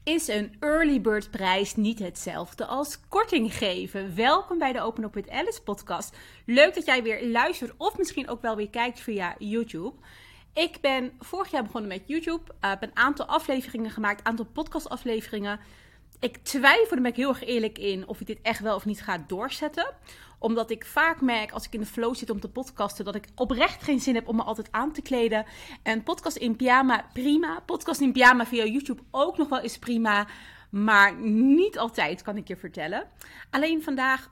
Is een early bird prijs niet hetzelfde als korting geven? Welkom bij de Open Up with Alice podcast. Leuk dat jij weer luistert of misschien ook wel weer kijkt via YouTube. Ik ben vorig jaar begonnen met YouTube. Heb een aantal afleveringen gemaakt, een aantal podcastafleveringen. Ik twijfel, daar ben ik heel erg eerlijk in, of ik dit echt wel of niet ga doorzetten. Omdat ik vaak merk, als ik in de flow zit om te podcasten, dat ik oprecht geen zin heb om me altijd aan te kleden. En podcast in pyjama, prima. Podcast in pyjama via YouTube ook nog wel is prima. Maar niet altijd, kan ik je vertellen. Alleen vandaag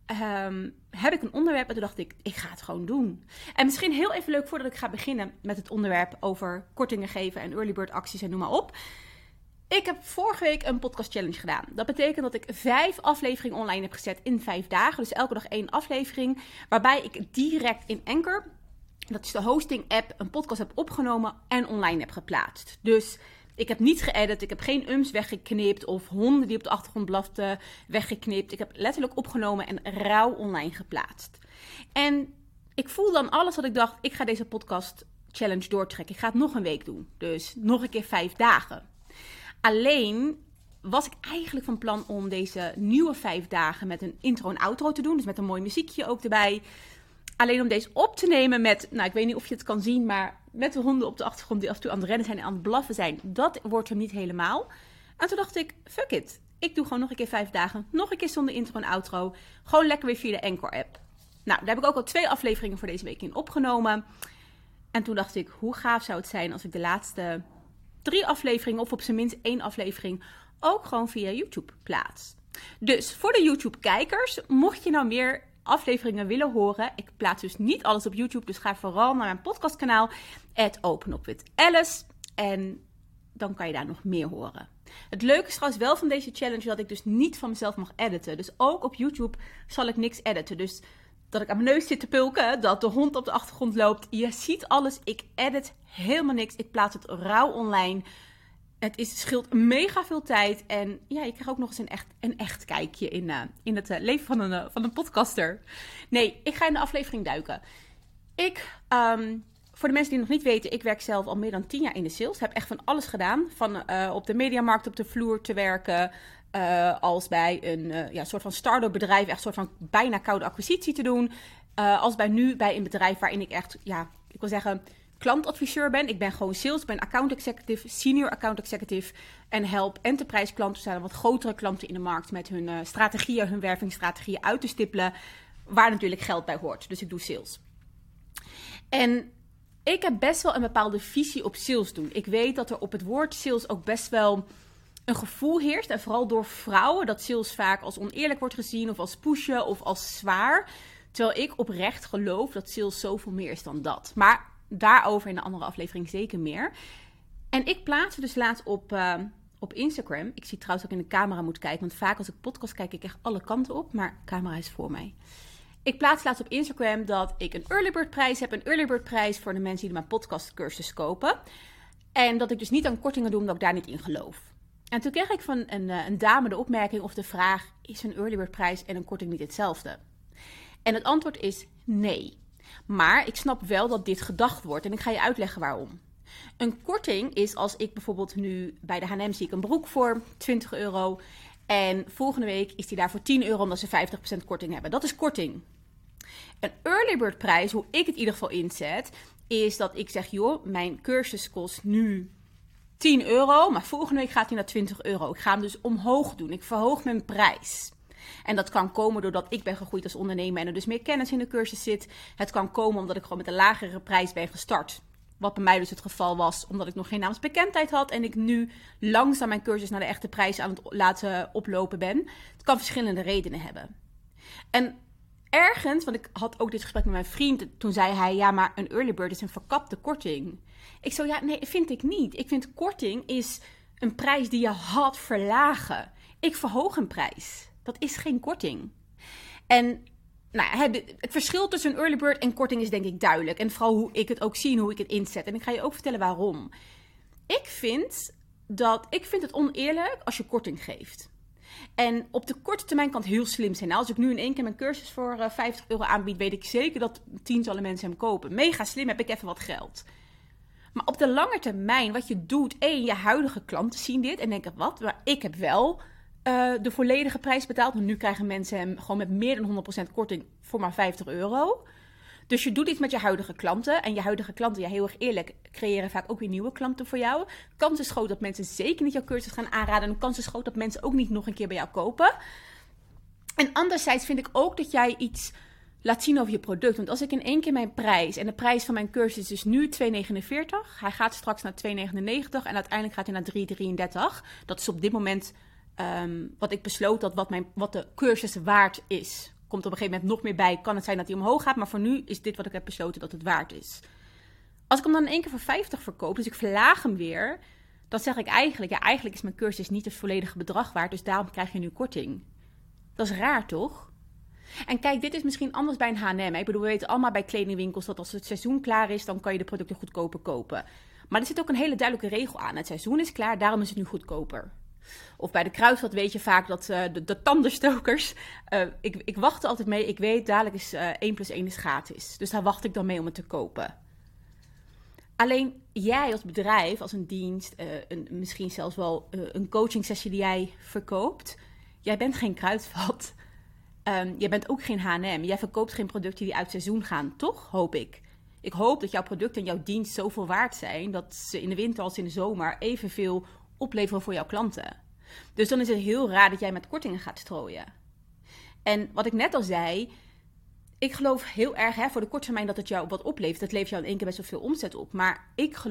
heb ik een onderwerp en toen dacht ik ga het gewoon doen. En misschien heel even leuk voordat ik ga beginnen met het onderwerp over kortingen geven en early bird acties en noem maar op. Ik heb vorige week een podcast challenge gedaan. Dat betekent dat ik 5 afleveringen online heb gezet in 5 dagen. Dus elke dag 1 aflevering. Waarbij ik direct in Anchor, dat is de hosting app, een podcast heb opgenomen en online heb geplaatst. Dus ik heb niet geëdit, ik heb geen ums weggeknipt of honden die op de achtergrond blaften weggeknipt. Ik heb letterlijk opgenomen en rauw online geplaatst. En ik voel dan alles wat ik dacht, ik ga deze podcast challenge doortrekken. Ik ga het nog een week doen. Dus nog een keer 5 dagen. Alleen was ik eigenlijk van plan om deze nieuwe 5 dagen met een intro en outro te doen. Dus met een mooi muziekje ook erbij. Alleen om deze op te nemen met, ik weet niet of je het kan zien, maar met de honden op de achtergrond die af en toe aan het rennen zijn en aan het blaffen zijn. Dat wordt er niet helemaal. En toen dacht ik, fuck it. Ik doe gewoon nog een keer 5 dagen. Nog een keer zonder intro en outro. Gewoon lekker weer via de Anchor app. Nou, daar heb ik ook al 2 afleveringen voor deze week in opgenomen. En toen dacht ik, hoe gaaf zou het zijn als ik de laatste 3 afleveringen of op zijn minst 1 aflevering ook gewoon via YouTube plaats. Dus voor de YouTube-kijkers, mocht je nou meer afleveringen willen horen, ik plaats dus niet alles op YouTube, dus ga vooral naar mijn podcastkanaal @openupwithalice en dan kan je daar nog meer horen. Het leuke is trouwens wel van deze challenge dat ik dus niet van mezelf mag editen. Dus ook op YouTube zal ik niks editen. Dus dat ik aan mijn neus zit te pulken, dat de hond op de achtergrond loopt. Je ziet alles. Ik edit helemaal niks. Ik plaats het rauw online. Het scheelt mega veel tijd. En ja, je krijgt ook nog eens een echt kijkje in het leven van een podcaster. Nee, ik ga in de aflevering duiken. Voor de mensen die het nog niet weten, ik werk zelf al meer dan 10 jaar in de sales. Heb echt van alles gedaan. Van op de mediamarkt op de vloer te werken, als bij een soort van start-up bedrijf, echt een soort van bijna koude acquisitie te doen. Als bij een bedrijf waarin ik echt, ik wil zeggen, klantadviseur ben. Ik ben gewoon sales, ik ben account executive, senior account executive en help enterprise klanten, zijn wat grotere klanten in de markt met hun strategieën, hun wervingsstrategieën uit te stippelen, waar natuurlijk geld bij hoort. Dus ik doe sales. En ik heb best wel een bepaalde visie op sales doen. Ik weet dat er op het woord sales ook best wel een gevoel heerst. En vooral door vrouwen dat sales vaak als oneerlijk wordt gezien of als pushen of als zwaar. Terwijl ik oprecht geloof dat sales zoveel meer is dan dat. Maar daarover in de andere aflevering zeker meer. En ik plaatste dus laatst op Instagram. Ik zie trouwens ook in de camera moet kijken. Want vaak als ik podcast kijk ik echt alle kanten op. Maar de camera is voor mij. Ik plaats laatst op Instagram dat ik een early bird prijs heb. Een early bird prijs voor de mensen die mijn podcastcursus kopen. En dat ik dus niet aan kortingen doe omdat ik daar niet in geloof. En toen kreeg ik van een dame de opmerking of de vraag, is een early bird prijs en een korting niet hetzelfde? En het antwoord is nee. Maar ik snap wel dat dit gedacht wordt en ik ga je uitleggen waarom. Een korting is als ik bijvoorbeeld nu bij de H&M zie ik een broek voor €20 en volgende week is die daar voor €10 omdat ze 50% korting hebben. Dat is korting. Een early bird prijs, hoe ik het in ieder geval inzet, is dat ik zeg, joh, mijn cursus kost nu €10, maar volgende week gaat hij naar €20. Ik ga hem dus omhoog doen. Ik verhoog mijn prijs. En dat kan komen doordat ik ben gegroeid als ondernemer en er dus meer kennis in de cursus zit. Het kan komen omdat ik gewoon met een lagere prijs ben gestart. Wat bij mij dus het geval was, omdat ik nog geen naamsbekendheid had en ik nu langzaam mijn cursus naar de echte prijs aan het laten oplopen ben. Het kan verschillende redenen hebben. En ergens, want ik had ook dit gesprek met mijn vriend, toen zei hij, ja, maar een early bird is een verkapte korting. Ik zo, ja, nee, vind ik niet. Ik vind korting is een prijs die je had verlagen. Ik verhoog een prijs. Dat is geen korting. En het verschil tussen een early bird en korting is denk ik duidelijk. En vooral hoe ik het ook zie en hoe ik het inzet. En ik ga je ook vertellen waarom. Ik vind het oneerlijk als je korting geeft. En op de korte termijn kan het heel slim zijn. Nou, als ik nu in één keer mijn cursus voor €50 aanbied, weet ik zeker dat tientallen mensen hem kopen. Mega slim, heb ik even wat geld. Maar op de lange termijn, wat je doet, je huidige klanten zien dit en denken, wat? Maar ik heb wel de volledige prijs betaald. Want nu krijgen mensen hem gewoon met meer dan 100% korting voor maar €50. Dus je doet iets met je huidige klanten. En je huidige klanten, heel erg eerlijk, creëren vaak ook weer nieuwe klanten voor jou. Kans is groot dat mensen zeker niet jouw cursus gaan aanraden. En de kans is groot dat mensen ook niet nog een keer bij jou kopen. En anderzijds vind ik ook dat jij iets laat zien over je product. Want als ik in één keer mijn prijs, en de prijs van mijn cursus is nu €2,49. Hij gaat straks naar €2,99 en uiteindelijk gaat hij naar €3,33. Dat is op dit moment wat ik besloot dat wat de cursus waard is. Komt op een gegeven moment nog meer bij. Kan het zijn dat hij omhoog gaat, maar voor nu is dit wat ik heb besloten dat het waard is. Als ik hem dan in één keer voor 50 verkoop, dus ik verlaag hem weer, dan zeg ik eigenlijk is mijn cursus niet het volledige bedrag waard, dus daarom krijg je nu korting. Dat is raar, toch? En kijk, dit is misschien anders bij een H&M. Ik bedoel, we weten allemaal bij kledingwinkels dat als het seizoen klaar is, dan kan je de producten goedkoper kopen. Maar er zit ook een hele duidelijke regel aan. Het seizoen is klaar, daarom is het nu goedkoper. Of bij de Kruidvat weet je vaak dat de tandenstokers, ik wacht er altijd mee. Ik weet, dadelijk is 1 + 1 is gratis. Dus daar wacht ik dan mee om het te kopen. Alleen jij als bedrijf, als een dienst, misschien zelfs wel een coaching sessie die jij verkoopt. Jij bent geen Kruidvat. Jij bent ook geen H&M. Jij verkoopt geen producten die uit seizoen gaan, toch? Hoop ik. Ik hoop dat jouw product en jouw dienst zoveel waard zijn dat ze in de winter als in de zomer evenveel opleveren voor jouw klanten. Dus dan is het heel raar dat jij met kortingen gaat strooien. En wat ik net al zei, ik geloof heel erg voor de korte termijn dat het jou wat oplevert. Dat levert jou in één keer best wel veel omzet op. Maar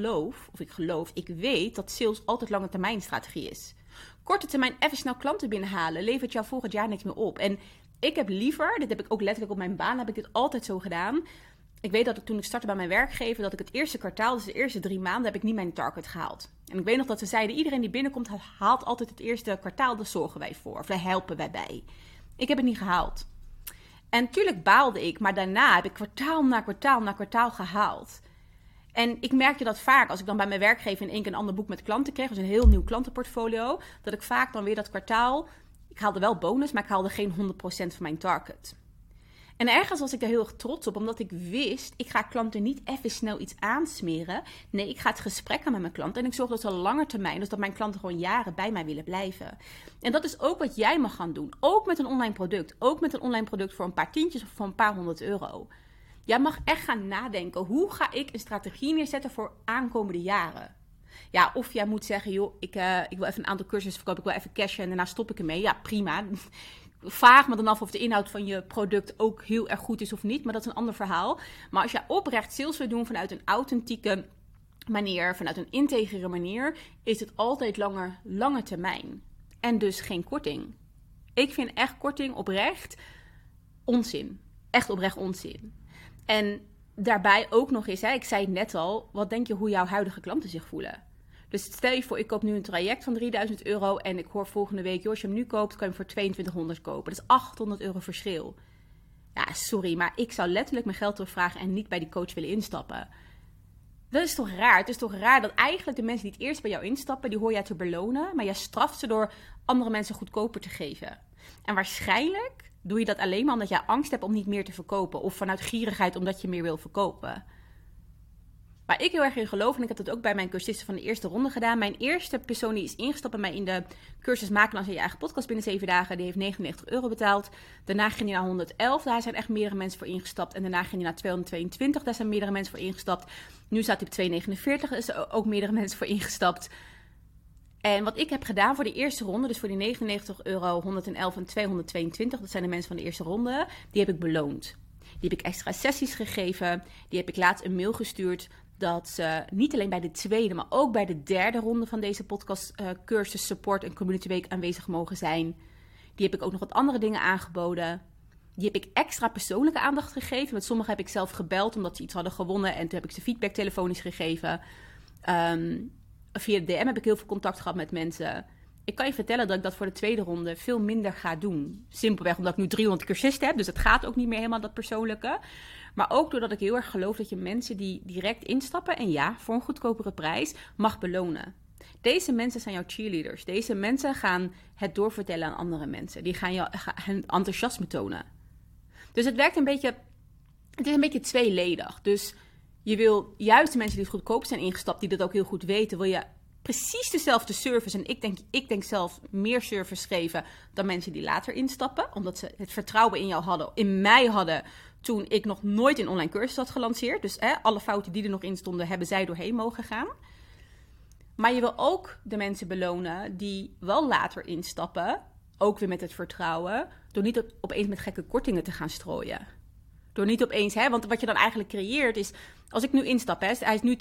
ik weet dat sales altijd lange termijn strategie is. Korte termijn even snel klanten binnenhalen levert jou volgend jaar niks meer op. En ik heb liever, dit heb ik ook letterlijk op mijn baan, heb ik dit altijd zo gedaan. Ik weet dat toen ik startte bij mijn werkgever, dat ik het eerste kwartaal, dus de eerste 3 maanden, heb ik niet mijn target gehaald. En ik weet nog dat ze zeiden, iedereen die binnenkomt haalt altijd het eerste kwartaal, daar zorgen wij voor. Of daar helpen wij bij. Ik heb het niet gehaald. En natuurlijk baalde ik, maar daarna heb ik kwartaal na kwartaal na kwartaal gehaald. En ik merkte dat vaak, als ik dan bij mijn werkgever in één keer een ander boek met klanten kreeg, dus een heel nieuw klantenportfolio, dat ik vaak dan weer dat kwartaal, ik haalde wel bonus, maar ik haalde geen 100% van mijn target. En ergens was ik daar heel erg trots op, omdat ik wist, ik ga klanten niet even snel iets aansmeren. Nee, ik ga het gesprek aan met mijn klanten en ik zorg dat ze langer termijn, dus dat mijn klanten gewoon jaren bij mij willen blijven. En dat is ook wat jij mag gaan doen, ook met een online product. Ook met een online product voor een paar tientjes of voor een paar €100. Jij mag echt gaan nadenken, hoe ga ik een strategie neerzetten voor aankomende jaren? Ja, of jij moet zeggen, joh, ik wil even een aantal cursussen verkopen, ik wil even cashen en daarna stop ik ermee. Ja, prima. Vraag me dan af of de inhoud van je product ook heel erg goed is of niet, maar dat is een ander verhaal. Maar als jij oprecht sales wil doen vanuit een authentieke manier, vanuit een integere manier, is het altijd lange termijn. En dus geen korting. Ik vind echt korting oprecht onzin. Echt oprecht onzin. En daarbij ook nog eens, ik zei het net al, wat denk je hoe jouw huidige klanten zich voelen? Dus stel je voor, ik koop nu een traject van €3.000 en ik hoor volgende week, joh, als je hem nu koopt, kan je hem voor €2200 kopen. Dat is €800 verschil. Ja, sorry, maar ik zou letterlijk mijn geld terugvragen en niet bij die coach willen instappen. Dat is toch raar? Het is toch raar dat eigenlijk de mensen die het eerst bij jou instappen, die hoor jij te belonen, maar jij straft ze door andere mensen goedkoper te geven. En waarschijnlijk doe je dat alleen maar omdat jij angst hebt om niet meer te verkopen of vanuit gierigheid omdat je meer wil verkopen. Waar ik heel erg in geloof, en ik heb dat ook bij mijn cursisten van de eerste ronde gedaan. Mijn eerste persoon die is ingestapt bij mij in de cursus Maken als je eigen podcast binnen 7 dagen, die heeft €99 betaald. Daarna ging hij naar 111, daar zijn echt meerdere mensen voor ingestapt. En daarna ging hij naar 222, daar zijn meerdere mensen voor ingestapt. Nu staat hij op 249, daar zijn ook meerdere mensen voor ingestapt. En wat ik heb gedaan voor de eerste ronde, dus voor die €99, 111 en 222, dat zijn de mensen van de eerste ronde, die heb ik beloond. Die heb ik extra sessies gegeven, die heb ik laatst een mail gestuurd dat ze niet alleen bij de tweede, maar ook bij de derde ronde van deze podcast cursus Support en Community Week aanwezig mogen zijn. Die heb ik ook nog wat andere dingen aangeboden. Die heb ik extra persoonlijke aandacht gegeven. Met sommigen heb ik zelf gebeld omdat ze iets hadden gewonnen en toen heb ik ze feedback telefonisch gegeven. Via de DM heb ik heel veel contact gehad met mensen. Ik kan je vertellen dat ik dat voor de tweede ronde veel minder ga doen. Simpelweg omdat ik nu 300 cursisten heb, dus het gaat ook niet meer helemaal dat persoonlijke. Maar ook doordat ik heel erg geloof dat je mensen die direct instappen en ja, voor een goedkopere prijs, mag belonen. Deze mensen zijn jouw cheerleaders. Deze mensen gaan het doorvertellen aan andere mensen. Die gaan hun enthousiasme tonen. Dus het werkt het is een beetje tweeledig. Dus Je wil juist de mensen die het goedkoop zijn ingestapt, die dat ook heel goed weten, wil je precies dezelfde service. En ik denk zelf meer service geven dan mensen die later instappen. Omdat ze het vertrouwen in jou hadden, in mij hadden, toen ik nog nooit een online cursus had gelanceerd. Dus alle fouten die er nog in stonden, hebben zij doorheen mogen gaan. Maar je wil ook de mensen belonen die wel later instappen, ook weer met het vertrouwen, door niet opeens met gekke kortingen te gaan strooien. Door niet opeens, want wat je dan eigenlijk creëert is, als ik nu instap, hij is nu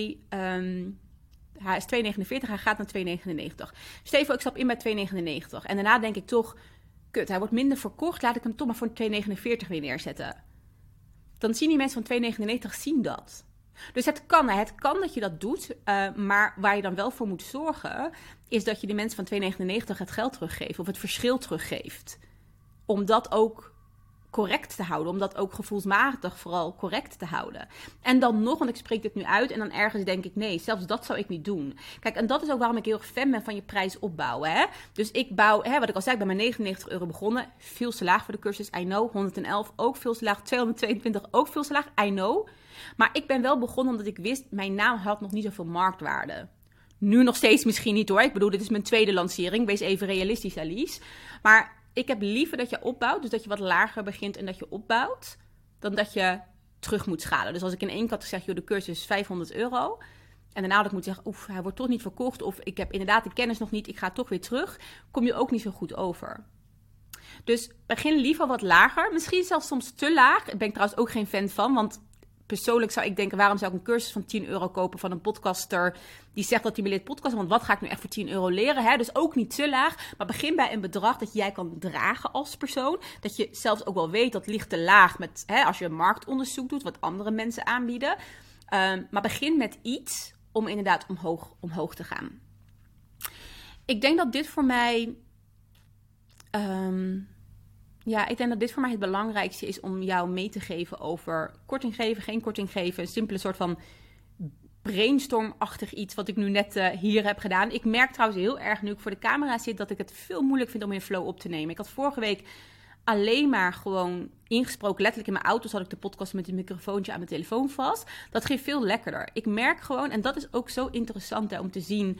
2,49, hij gaat naar 2,99. Stel je voor, ik stap in bij 2,99 en daarna denk ik toch, kut, hij wordt minder verkocht, laat ik hem toch maar voor 2,49 weer neerzetten. Dan zien die mensen van 2,99 zien dat. Dus het kan dat je dat doet, maar waar je dan wel voor moet zorgen, is dat je die mensen van 2,99 het geld teruggeeft of het verschil teruggeeft. Om dat ook correct te houden, om dat ook gevoelsmatig vooral correct te houden. En dan nog, want ik spreek dit nu uit en dan ergens denk ik, nee, zelfs dat zou ik niet doen. Kijk, en dat is ook waarom ik heel erg fan ben van je prijs opbouwen. Dus ik bouw, wat ik al zei, ik ben met €99 begonnen. Veel te laag voor de cursus, I know. 111 ook veel te laag, 222 ook veel te laag, I know. Maar ik ben wel begonnen omdat ik wist, mijn naam had nog niet zoveel marktwaarde. Nu nog steeds misschien niet hoor. Ik bedoel, dit is mijn tweede lancering. Wees even realistisch, Alice. Maar ik heb liever dat je opbouwt, dus dat je wat lager begint en dat je opbouwt, dan dat je terug moet schalen. Dus als ik in één keer zeg, de cursus is €500 en daarna dat ik moet zeggen, hij wordt toch niet verkocht of ik heb inderdaad de kennis nog niet, ik ga toch weer terug, kom je ook niet zo goed over. Dus begin liever wat lager, misschien zelfs soms te laag. Daar ben ik trouwens ook geen fan van, want persoonlijk zou ik denken, waarom zou ik een cursus van €10 kopen van een podcaster die zegt dat hij me leert podcasten? Want wat ga ik nu echt voor €10 leren? Dus ook niet te laag. Maar begin bij een bedrag dat jij kan dragen als persoon. Dat je zelfs ook wel weet, dat ligt te laag met, als je een marktonderzoek doet, wat andere mensen aanbieden. Maar begin met iets om inderdaad omhoog te gaan. Ik denk dat dit voor mij het belangrijkste is om jou mee te geven over korting geven, geen korting geven. Een simpele soort van brainstormachtig iets wat ik nu net hier heb gedaan. Ik merk trouwens heel erg, nu ik voor de camera zit, dat ik het veel moeilijk vind om in flow op te nemen. Ik had vorige week alleen maar gewoon ingesproken. Letterlijk in mijn auto had ik de podcast met een microfoontje aan mijn telefoon vast. Dat ging veel lekkerder. Ik merk gewoon, en dat is ook zo interessant om te zien,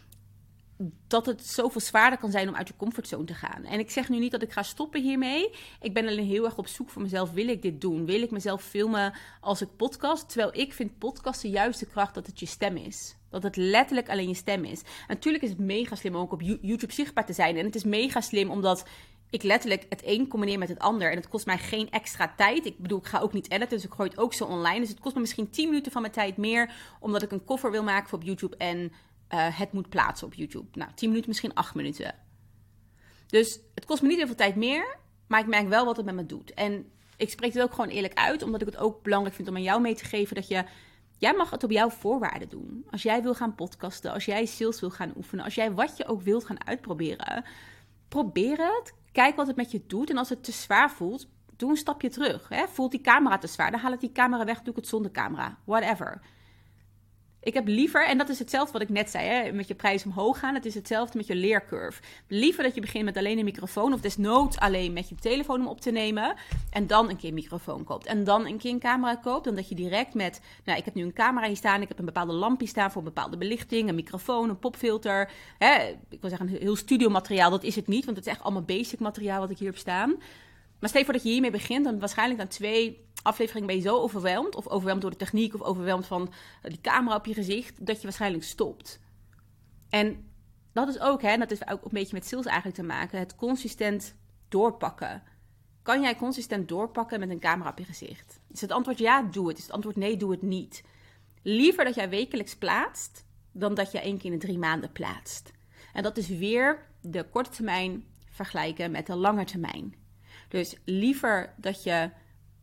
dat het zoveel zwaarder kan zijn om uit je comfortzone te gaan. En ik zeg nu niet dat ik ga stoppen hiermee. Ik ben alleen heel erg op zoek voor mezelf. Wil ik dit doen? Wil ik mezelf filmen als ik podcast? Terwijl ik vind podcasten juist de kracht dat het je stem is. Dat het letterlijk alleen je stem is. En natuurlijk is het mega slim om ook op YouTube zichtbaar te zijn. En het is mega slim omdat ik letterlijk het een combineer met het ander. En het kost mij geen extra tijd. Ik bedoel, ik ga ook niet editen, dus ik gooi het ook zo online. Dus het kost me misschien 10 minuten van mijn tijd meer, omdat ik een cover wil maken voor op YouTube en het moet plaatsen op YouTube. 10 minuten, misschien 8 minuten. Dus het kost me niet heel veel tijd meer, maar ik merk wel wat het met me doet. En ik spreek het ook gewoon eerlijk uit, omdat ik het ook belangrijk vind om aan jou mee te geven dat jij mag het op jouw voorwaarden doen. Als jij wil gaan podcasten, als jij sales wil gaan oefenen, als jij wat je ook wilt gaan uitproberen, probeer het. Kijk wat het met je doet. En als het te zwaar voelt, doe een stapje terug. Voelt die camera te zwaar, dan haal ik die camera weg, doe ik het zonder camera. Whatever. Ik heb liever, en dat is hetzelfde wat ik net zei, met je prijs omhoog gaan. Het is hetzelfde met je leercurve. Liever dat je begint met alleen een microfoon of desnoods alleen met je telefoon om op te nemen. En dan een keer een microfoon koopt. En dan een keer een camera koopt. Dan dat je direct met, ik heb nu een camera hier staan. Ik heb een bepaalde lampje staan voor een bepaalde belichting. Een microfoon, een popfilter. Ik wil zeggen een heel studiomateriaal. Dat is het niet, want het is echt allemaal basic materiaal wat ik hier heb staan. Maar stel je voor dat je hiermee begint, dan waarschijnlijk na 2 afleveringen ben je zo overweldigd, of overweldigd door de techniek, of overweldigd van die camera op je gezicht, dat je waarschijnlijk stopt. En dat is ook, dat is ook een beetje met sales eigenlijk te maken, het consistent doorpakken. Kan jij consistent doorpakken met een camera op je gezicht? Is het antwoord ja, doe het. Is het antwoord nee, doe het niet. Liever dat jij wekelijks plaatst, dan dat je 1 keer in de 3 maanden plaatst. En dat is weer de korte termijn vergelijken met de lange termijn. Dus liever dat je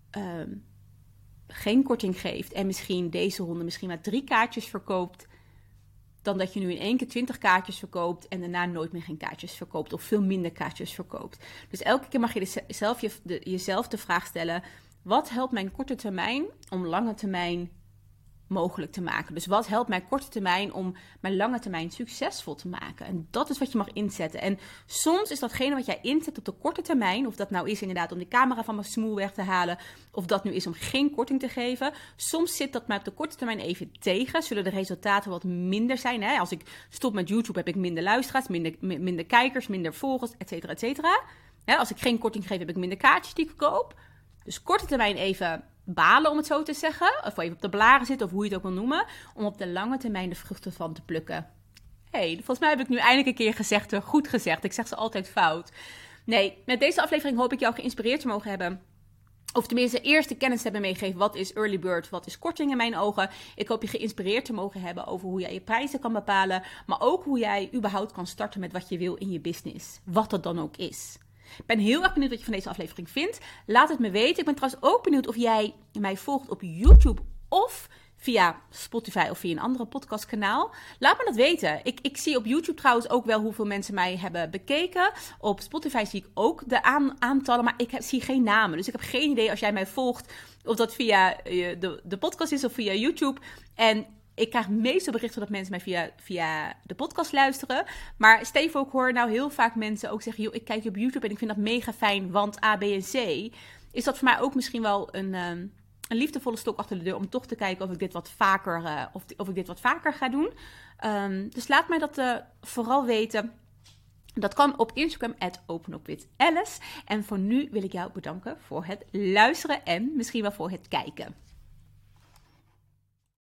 geen korting geeft en misschien deze ronde misschien maar 3 kaartjes verkoopt, dan dat je nu in 1 keer 20 kaartjes verkoopt en daarna nooit meer geen kaartjes verkoopt of veel minder kaartjes verkoopt. Dus elke keer mag je jezelf de vraag stellen, wat helpt mijn korte termijn om lange termijn mogelijk te maken. Dus wat helpt mij korte termijn om mijn lange termijn succesvol te maken? En dat is wat je mag inzetten. En soms is datgene wat jij inzet op de korte termijn, of dat nou is inderdaad om de camera van mijn smoel weg te halen, of dat nu is om geen korting te geven. Soms zit dat mij op de korte termijn even tegen. Zullen de resultaten wat minder zijn. Hè? Als ik stop met YouTube heb ik minder luisteraars, minder kijkers, minder volgers, et cetera, et cetera. Als ik geen korting geef heb ik minder kaartjes die ik koop. Dus korte termijn even balen, om het zo te zeggen. Of even op de blaren zitten, of hoe je het ook wil noemen. Om op de lange termijn de vruchten van te plukken. Volgens mij heb ik nu eindelijk een keer gezegd, goed gezegd. Ik zeg ze altijd fout. Nee, met deze aflevering hoop ik jou geïnspireerd te mogen hebben. Of tenminste eerst de kennis te hebben meegegeven. Wat is early bird, wat is korting in mijn ogen. Ik hoop je geïnspireerd te mogen hebben over hoe jij je prijzen kan bepalen. Maar ook hoe jij überhaupt kan starten met wat je wil in je business. Wat dat dan ook is. Ik ben heel erg benieuwd wat je van deze aflevering vindt. Laat het me weten. Ik ben trouwens ook benieuwd of jij mij volgt op YouTube of via Spotify of via een andere podcastkanaal. Laat me dat weten. Ik zie op YouTube trouwens ook wel hoeveel mensen mij hebben bekeken. Op Spotify zie ik ook de aantallen, maar ik zie geen namen. Dus ik heb geen idee als jij mij volgt of dat via de podcast is of via YouTube. En ik krijg meestal berichten dat mensen mij via de podcast luisteren. Maar Steve, ook hoor nou heel vaak mensen ook zeggen, joh, ik kijk je op YouTube en ik vind dat mega fijn, want A, B en C. Is dat voor mij ook misschien wel een liefdevolle stok achter de deur om toch te kijken of ik dit wat vaker, of ik dit wat vaker ga doen. Dus laat mij dat vooral weten. Dat kan op Instagram @openupwithalice. En voor nu wil ik jou bedanken voor het luisteren en misschien wel voor het kijken.